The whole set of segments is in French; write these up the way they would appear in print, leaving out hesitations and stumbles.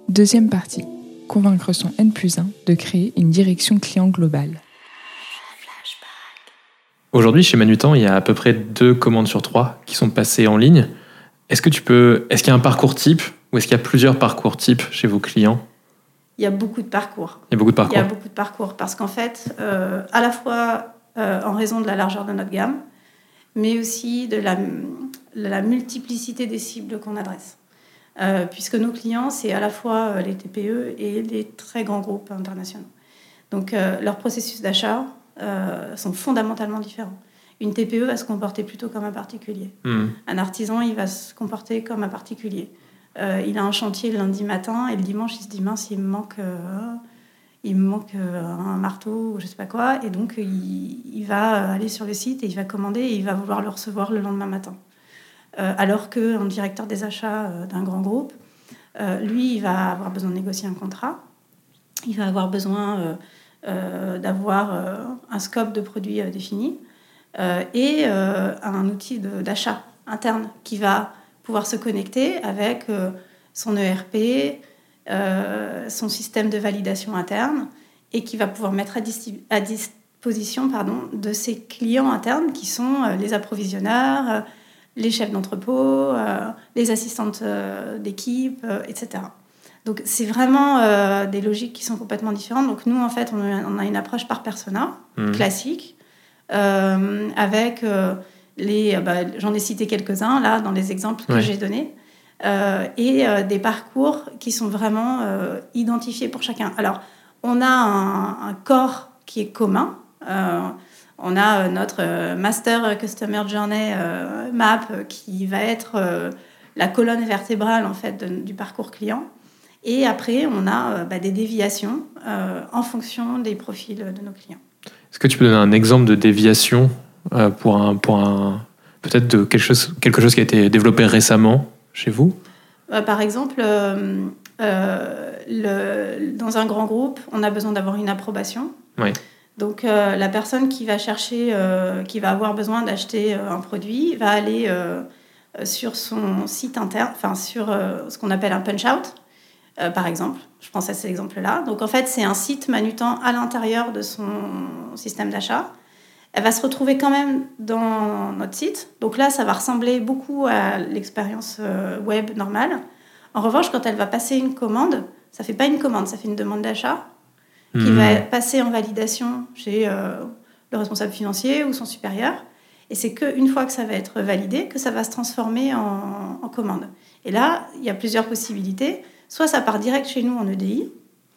Deuxième partie. Convaincre son N+1 de créer une direction client globale. Aujourd'hui, chez Manutan, il y a à peu près 2 commandes sur 3 qui sont passées en ligne. Est-ce qu'il y a un parcours type ou est-ce qu'il y a plusieurs parcours types chez vos clients ? Il y a beaucoup de parcours. Il y a beaucoup de parcours parce qu'en fait, à la fois en raison de la largeur de notre gamme, mais aussi de la multiplicité des cibles qu'on adresse. Puisque nos clients, c'est à la fois les TPE et les très grands groupes internationaux. Donc, leurs processus d'achat sont fondamentalement différents. Une TPE va se comporter plutôt comme un particulier. Un artisan, il va se comporter comme un particulier. Il a un chantier le lundi matin et le dimanche, il se dit « mince, il me manque un marteau ou je ne sais pas quoi ». Et donc, il va aller sur le site et il va commander et il va vouloir le recevoir le lendemain matin. Alors qu'un directeur des achats d'un grand groupe, lui, il va avoir besoin de négocier un contrat. Il va avoir besoin d'avoir un scope de produits défini et un outil d'achat interne qui va pouvoir se connecter avec son ERP, son système de validation interne et qui va pouvoir mettre à disposition de ses clients internes qui sont les approvisionneurs, les chefs d'entrepôt, les assistantes d'équipe, etc. Donc, c'est vraiment des logiques qui sont complètement différentes. Donc, nous, en fait, on a une approche par persona classique avec j'en ai cité quelques-uns, là, dans les exemples que j'ai donnés, et des parcours qui sont vraiment identifiés pour chacun. Alors, on a un corps qui est commun. On a notre Master Customer Journey Map qui va être la colonne vertébrale en fait, du parcours client. Et après, on a des déviations en fonction des profils de nos clients. Est-ce que tu peux donner un exemple de déviation pour peut-être de quelque chose qui a été développé récemment chez vous ? Par exemple, dans un grand groupe, on a besoin d'avoir une approbation. Oui. Donc, la personne qui va qui va avoir besoin d'acheter un produit, va aller sur son site interne, sur ce qu'on appelle un punch-out, par exemple. Je pense à cet exemple-là. Donc, en fait, c'est un site Manutan à l'intérieur de son système d'achat. Elle va se retrouver quand même dans notre site. Donc là, ça va ressembler beaucoup à l'expérience web normale. En revanche, quand elle va passer une commande, ça ne fait pas une commande, ça fait une demande d'achat qui va passer en validation chez le responsable financier ou son supérieur. Et c'est qu'une fois que ça va être validé, que ça va se transformer en commande. Et là, il y a plusieurs possibilités. Soit ça part direct chez nous en EDI,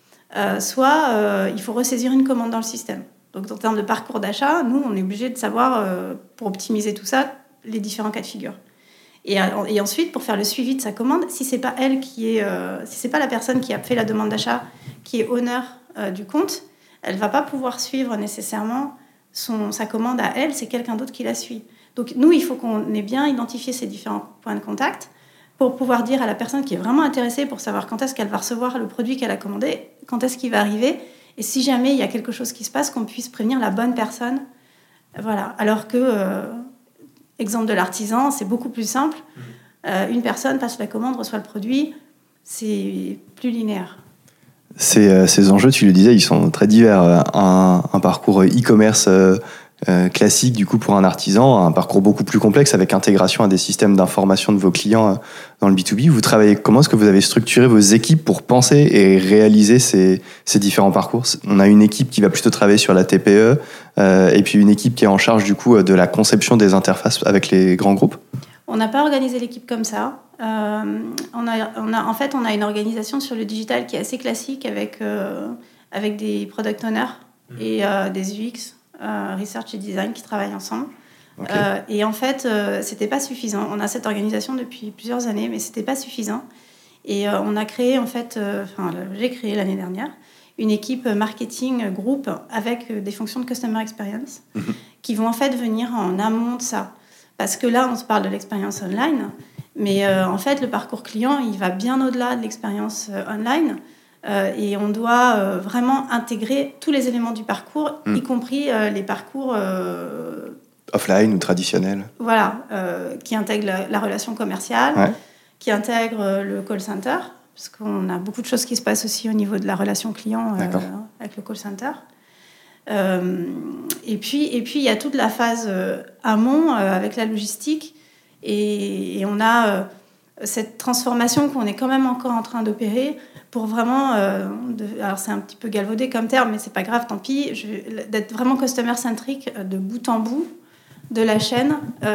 soit il faut ressaisir une commande dans le système. Donc, en termes de parcours d'achat, nous, on est obligé de savoir, pour optimiser tout ça, les différents cas de figure. Et ensuite, pour faire le suivi de sa commande, si c'est pas elle si c'est pas la personne qui a fait la demande d'achat qui est honneur du compte, elle va pas pouvoir suivre nécessairement sa commande à elle, c'est quelqu'un d'autre qui la suit. Donc nous, il faut qu'on ait bien identifié ces différents points de contact pour pouvoir dire à la personne qui est vraiment intéressée pour savoir quand est-ce qu'elle va recevoir le produit qu'elle a commandé, quand est-ce qu'il va arriver, et si jamais il y a quelque chose qui se passe, qu'on puisse prévenir la bonne personne. Voilà. Alors que, exemple de l'artisan, c'est beaucoup plus simple. Une personne passe la commande, reçoit le produit, c'est plus linéaire. Ces enjeux, tu le disais, ils sont très divers. Un parcours e-commerce classique, du coup, pour un artisan, un parcours beaucoup plus complexe avec intégration à des systèmes d'information de vos clients dans le B2B. Vous travaillez comment ? Est-ce que vous avez structuré vos équipes pour penser et réaliser ces différents parcours ? On a une équipe qui va plutôt travailler sur la TPE et puis une équipe qui est en charge, du coup, de la conception des interfaces avec les grands groupes. On n'a pas organisé l'équipe comme ça. On a une organisation sur le digital qui est assez classique avec des product owners et des UX, research et design qui travaillent ensemble. Okay. Et en fait, c'était pas suffisant. On a cette organisation depuis plusieurs années, mais c'était pas suffisant. Et on a créé, j'ai créé l'année dernière une équipe marketing groupe avec des fonctions de customer experience qui vont en fait venir en amont de ça. Parce que là, on se parle de l'expérience online, mais en fait, le parcours client, il va bien au-delà de l'expérience online. Et on doit vraiment intégrer tous les éléments du parcours, y compris les parcours... offline ou traditionnels. Voilà, qui intègrent la relation commerciale, qui intègrent le call center, parce qu'on a beaucoup de choses qui se passent aussi au niveau de la relation client avec le call center. Et puis, il y a toute la phase amont avec la logistique. Et on a cette transformation qu'on est quand même encore en train d'opérer pour vraiment... alors, c'est un petit peu galvaudé comme terme, mais c'est pas grave, tant pis. D'être vraiment customer-centric de bout en bout de la chaîne,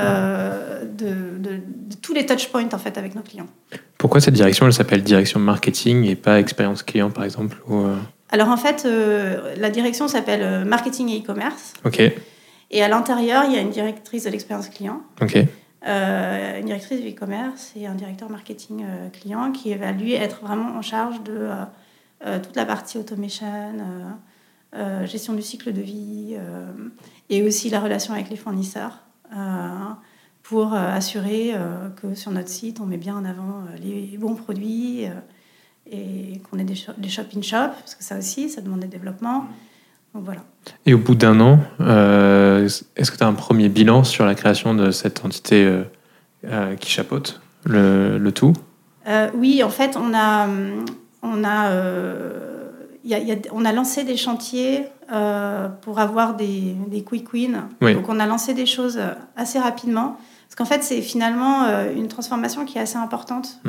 de tous les touchpoints, en fait, avec nos clients. Pourquoi cette direction, elle s'appelle direction marketing et pas expérience client, par exemple Alors, en fait, la direction s'appelle marketing et e-commerce. Ok. Et à l'intérieur, il y a une directrice de l'expérience client. Ok. Une directrice du e-commerce et un directeur marketing client qui va, lui, être vraiment en charge de toute la partie automation, gestion du cycle de vie et aussi la relation avec les fournisseurs pour assurer que sur notre site, on met bien en avant les bons produits et qu'on ait des shop-in-shop, parce que ça aussi, ça demande des développements. Donc voilà. Et au bout d'un an, est-ce que tu as un premier bilan sur la création de cette entité qui chapeaute le tout ? Oui, en fait, on a lancé des chantiers pour avoir des quick wins. Oui. Donc, on a lancé des choses assez rapidement. Parce qu'en fait, c'est finalement une transformation qui est assez importante.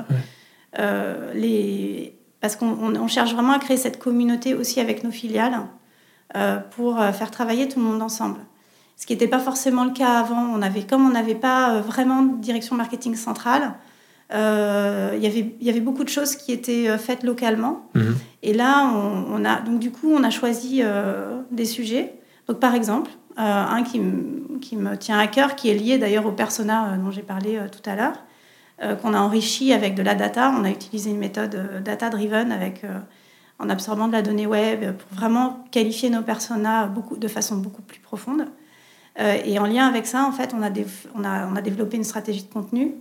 Parce qu'on cherche vraiment à créer cette communauté aussi avec nos filiales pour faire travailler tout le monde ensemble. Ce qui n'était pas forcément le cas avant. Comme on n'avait pas vraiment de direction marketing centrale, il y avait beaucoup de choses qui étaient faites localement. Mm-hmm. Et là, on a choisi des sujets. Donc, par exemple, un qui me tient à cœur, qui est lié d'ailleurs au persona dont j'ai parlé tout à l'heure, qu'on a enrichi avec de la data. On a utilisé une méthode data-driven en absorbant de la donnée web pour vraiment qualifier nos personas de façon beaucoup plus profonde. Et en lien avec ça, en fait, on a développé une stratégie de contenu.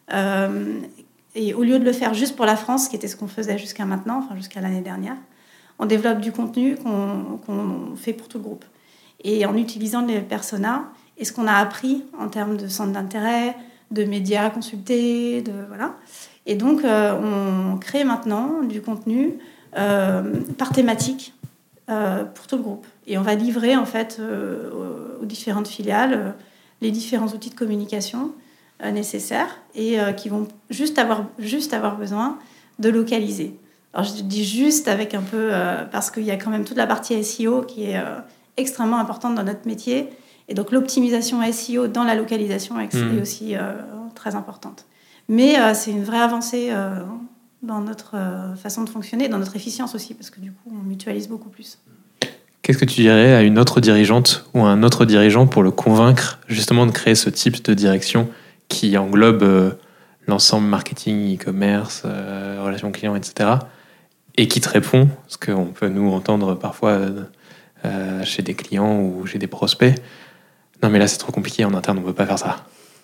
Et au lieu de le faire juste pour la France, qui était ce qu'on faisait jusqu'à maintenant, enfin jusqu'à l'année dernière, on développe du contenu qu'on fait pour tout le groupe. Et en utilisant les personas et ce qu'on a appris en termes de centres d'intérêt, de médias consultés, voilà. Et donc, on crée maintenant du contenu par thématique pour tout le groupe. Et on va livrer, en fait, aux différentes filiales les différents outils de communication nécessaires et qui vont juste avoir besoin de localiser. Alors, je dis juste avec un peu... parce qu'il y a quand même toute la partie SEO qui est extrêmement importante dans notre métier. Et donc, l'optimisation SEO dans la localisation est aussi très importante. Mais c'est une vraie avancée dans notre façon de fonctionner, dans notre efficience aussi, parce que du coup, on mutualise beaucoup plus. Qu'est-ce que tu dirais à une autre dirigeante ou à un autre dirigeant pour le convaincre justement de créer ce type de direction qui englobe l'ensemble marketing, e-commerce, relations clients, etc. et qui te répond, ce qu'on peut nous entendre parfois chez des clients ou chez des prospects. Non, mais là, c'est trop compliqué en interne, on ne peut pas faire ça.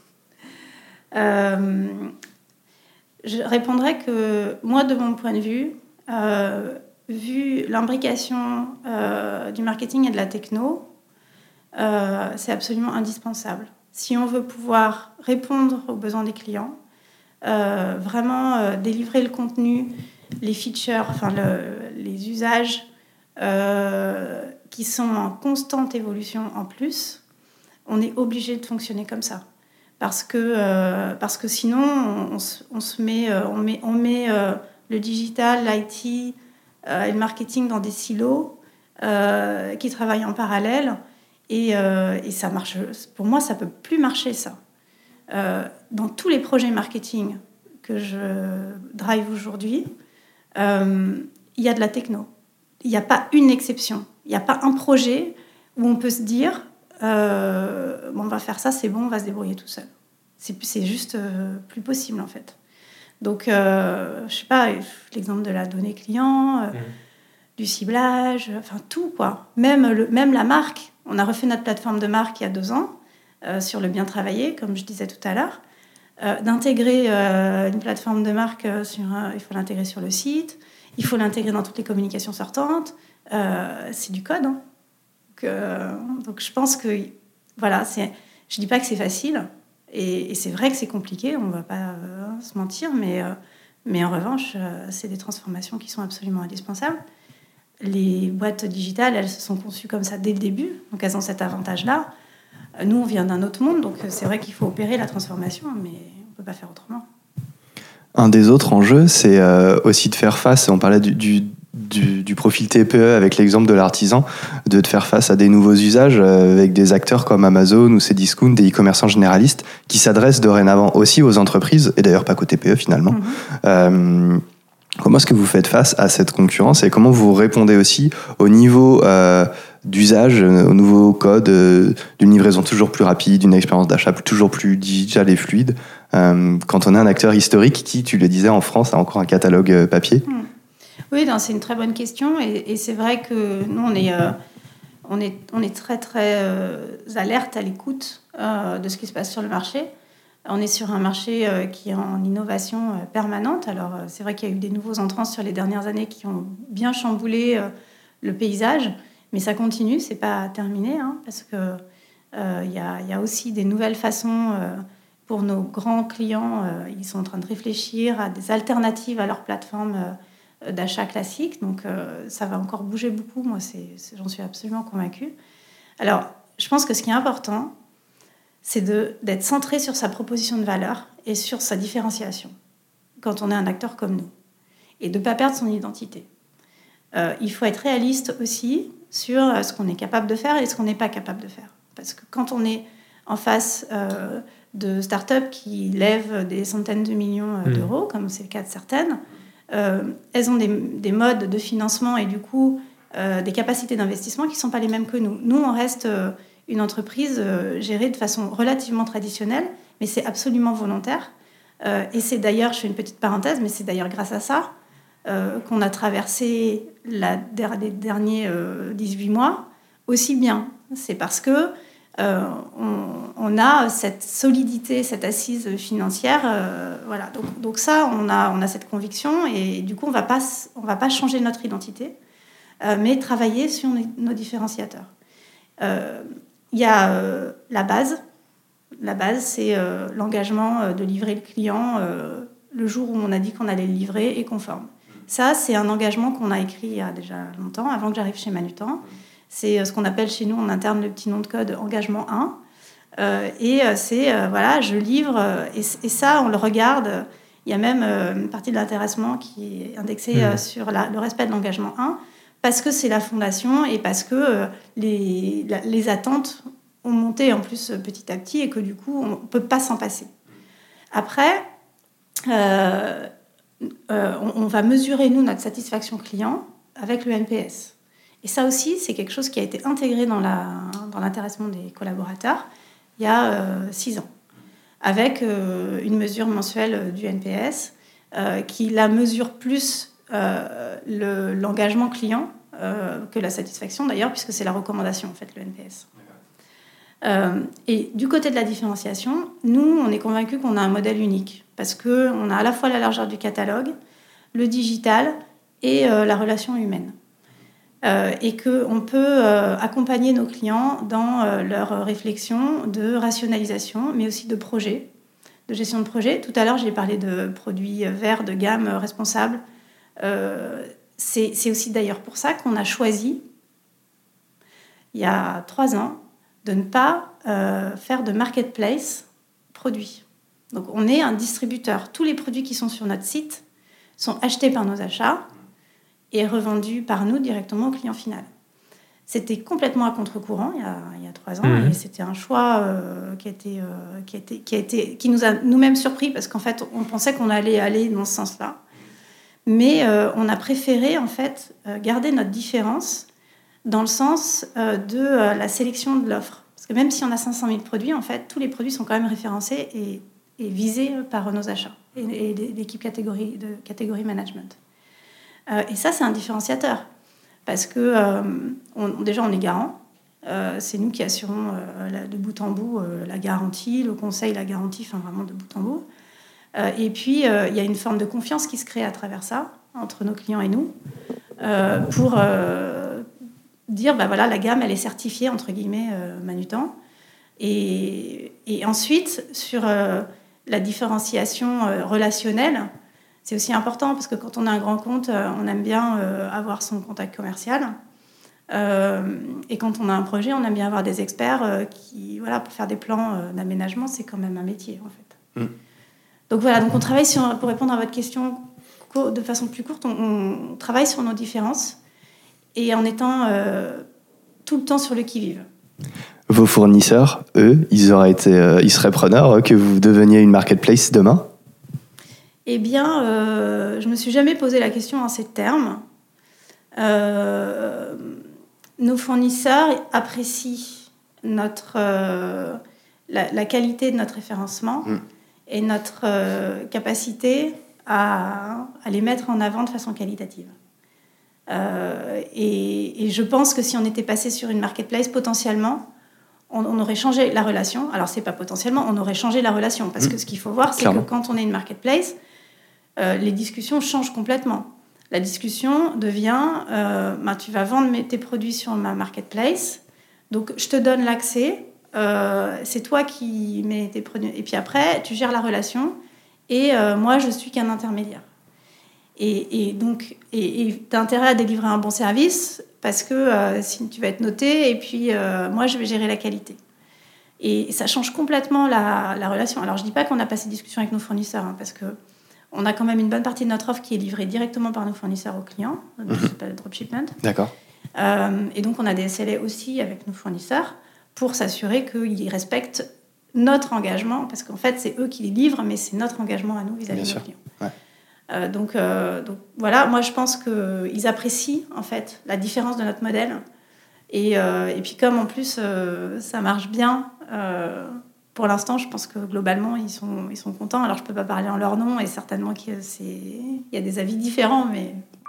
Je répondrais que moi, de mon point de vue, vu l'imbrication du marketing et de la techno, c'est absolument indispensable. Si on veut pouvoir répondre aux besoins des clients, vraiment délivrer le contenu, les features, les usages qui sont en constante évolution en plus, on est obligé de fonctionner comme ça. Parce que sinon, on met le digital, l'IT et le marketing dans des silos qui travaillent en parallèle. Et ça marche. Pour moi, ça ne peut plus marcher, ça. Dans tous les projets marketing que je drive aujourd'hui, il y a de la techno. Il n'y a pas une exception. Il n'y a pas un projet où on peut se dire on va faire ça, c'est bon, on va se débrouiller tout seul. C'est juste plus possible, en fait. Donc, je ne sais pas, l'exemple de la donnée client, du ciblage, enfin tout, quoi. Même la marque. On a refait notre plateforme de marque il y a 2 ans sur le bien travailler, comme je disais tout à l'heure. D'intégrer une plateforme de marque, il faut l'intégrer sur le site, il faut l'intégrer dans toutes les communications sortantes. C'est du code. Hein. Donc je pense que, voilà, je ne dis pas que c'est facile, et c'est vrai que c'est compliqué, on ne va pas se mentir, mais Mais en revanche, c'est des transformations qui sont absolument indispensables. Les boîtes digitales, elles se sont conçues comme ça dès le début, donc elles ont cet avantage-là. Nous, on vient d'un autre monde, donc c'est vrai qu'il faut opérer la transformation, mais on ne peut pas faire autrement. Un des autres enjeux, c'est aussi de faire face, on parlait du profil TPE avec l'exemple de l'artisan, de faire face à des nouveaux usages avec des acteurs comme Amazon ou Cdiscount, des e-commerçants généralistes qui s'adressent dorénavant aussi aux entreprises, et d'ailleurs pas qu'aux TPE finalement. Comment est-ce que vous faites face à cette concurrence et comment vous répondez aussi au niveau d'usage, au nouveau code, d'une livraison toujours plus rapide, d'une expérience d'achat toujours plus digitale et fluide, quand on est un acteur historique qui, tu le disais, en France, a encore un catalogue papier? Oui, c'est une très bonne question et c'est vrai que nous, on est très, très alerte à l'écoute de ce qui se passe sur le marché. On est sur un marché qui est en innovation permanente. Alors, c'est vrai qu'il y a eu des nouveaux entrants sur les dernières années qui ont bien chamboulé le paysage, mais ça continue, c'est pas terminé, parce que il y a aussi des nouvelles façons pour nos grands clients. Ils sont en train de réfléchir à des alternatives à leur plateforme d'achat classique. Donc, ça va encore bouger beaucoup. Moi, j'en suis absolument convaincue. Alors, je pense que ce qui est important, c'est d'être centré sur sa proposition de valeur et sur sa différenciation quand on est un acteur comme nous, et de ne pas perdre son identité. Il faut être réaliste aussi sur ce qu'on est capable de faire et ce qu'on n'est pas capable de faire. Parce que quand on est en face de startups qui lèvent des centaines de millions d'euros, comme c'est le cas de certaines, elles ont des modes de financement et du coup des capacités d'investissement qui ne sont pas les mêmes que nous. Nous, on reste une entreprise gérée de façon relativement traditionnelle, mais c'est absolument volontaire. Et c'est d'ailleurs, je fais une petite parenthèse, mais c'est d'ailleurs grâce à ça qu'on a traversé les derniers 18 mois aussi bien. C'est parce que on a cette solidité, cette assise financière. Voilà. Donc ça, on a cette conviction et du coup, on va pas changer notre identité, mais travailler sur nos différenciateurs. Il y a la base. La base, c'est l'engagement de livrer le client le jour où on a dit qu'on allait le livrer et conforme. Ça, c'est un engagement qu'on a écrit il y a déjà longtemps, avant que j'arrive chez Manutan. C'est ce qu'on appelle chez nous en interne le petit nom de code engagement 1. Voilà, je livre. Et ça, on le regarde. Il y a même une partie de l'intéressement qui est indexée sur le respect de l'engagement 1. Parce que c'est la fondation et parce que les attentes ont monté en plus petit à petit et que du coup, on ne peut pas s'en passer. Après, on va mesurer, nous, notre satisfaction client avec le NPS. Et ça aussi, c'est quelque chose qui a été intégré dans l'intéressement des collaborateurs il y a 6 ans, avec une mesure mensuelle du NPS qui la mesure plus l'engagement client que la satisfaction d'ailleurs, puisque c'est la recommandation en fait, le NPS. Et du côté de la différenciation, nous, on est convaincus qu'on a un modèle unique parce qu'on a à la fois la largeur du catalogue, le digital et la relation humaine. Et qu'on peut accompagner nos clients dans leur réflexion de rationalisation, mais aussi de projet, de gestion de projet. Tout à l'heure, j'ai parlé de produits verts, de gamme responsable. C'est aussi d'ailleurs pour ça qu'on a choisi, il y a 3 ans, de ne pas faire de marketplace produits. Donc on est un distributeur. Tous les produits qui sont sur notre site sont achetés par nos achats et revendus par nous directement au client final. C'était complètement à contre-courant il y a 3 ans et c'était un choix qui nous a nous-mêmes surpris parce qu'en fait on pensait qu'on allait aller dans ce sens-là. Mais on a préféré en fait garder notre différence dans le sens de la sélection de l'offre. Parce que même si on a 500 000 produits, en fait, tous les produits sont quand même référencés et visés par nos achats et l'équipe de catégorie management. Et ça, c'est un différenciateur. Parce que déjà, on est garant. C'est nous qui assurons de bout en bout la garantie, le conseil, la garantie, enfin vraiment de bout en bout. Et puis, il y a une forme de confiance qui se crée à travers ça, entre nos clients et nous, pour dire, voilà, la gamme, elle est certifiée, entre guillemets, Manutan. Et ensuite, sur la différenciation relationnelle, C'est aussi important parce que quand on a un grand compte, on aime bien avoir son contact commercial. Et quand on a un projet, on aime bien avoir des experts qui, voilà, pour faire des plans d'aménagement, c'est quand même un métier en fait. Donc voilà, donc on travaille pour répondre à votre question de façon plus courte, on travaille sur nos différences et en étant tout le temps sur le qui-vive. Vos fournisseurs, eux, ils seraient preneurs que vous deveniez une marketplace demain ? Eh bien, je me suis jamais posé la question en ces termes. Nos fournisseurs apprécient la qualité de notre référencement et notre capacité à les mettre en avant de façon qualitative. Et je pense que si on était passé sur une marketplace, potentiellement, on aurait changé la relation. Alors, c'est pas potentiellement, on aurait changé la relation. Parce que ce qu'il faut voir, c'est que quand on est une marketplace, les discussions changent complètement. La discussion devient, tu vas vendre tes produits sur ma marketplace, donc je te donne l'accès, c'est toi qui mets tes produits, et puis après, tu gères la relation, et moi, je suis qu'un intermédiaire. Et donc, tu as intérêt à délivrer un bon service, parce que si tu vas être noté, et puis moi, je vais gérer la qualité. Et ça change complètement la relation. Alors, je ne dis pas qu'on a passé discussion avec nos fournisseurs, parce que on a quand même une bonne partie de notre offre qui est livrée directement par nos fournisseurs aux clients, ça s'appelle le dropshipment. D'accord. Et donc, on a des SLA aussi avec nos fournisseurs pour s'assurer qu'ils respectent notre engagement, parce qu'en fait, c'est eux qui les livrent, mais c'est notre engagement à nous vis-à-vis de nos clients. Ouais. Donc voilà, moi, je pense qu'ils apprécient, en fait, la différence de notre modèle. Et puis, comme en plus, ça marche bien... pour l'instant, je pense que globalement, ils sont contents. Alors, je ne peux pas parler en leur nom et certainement qu'il y a des avis différents, mais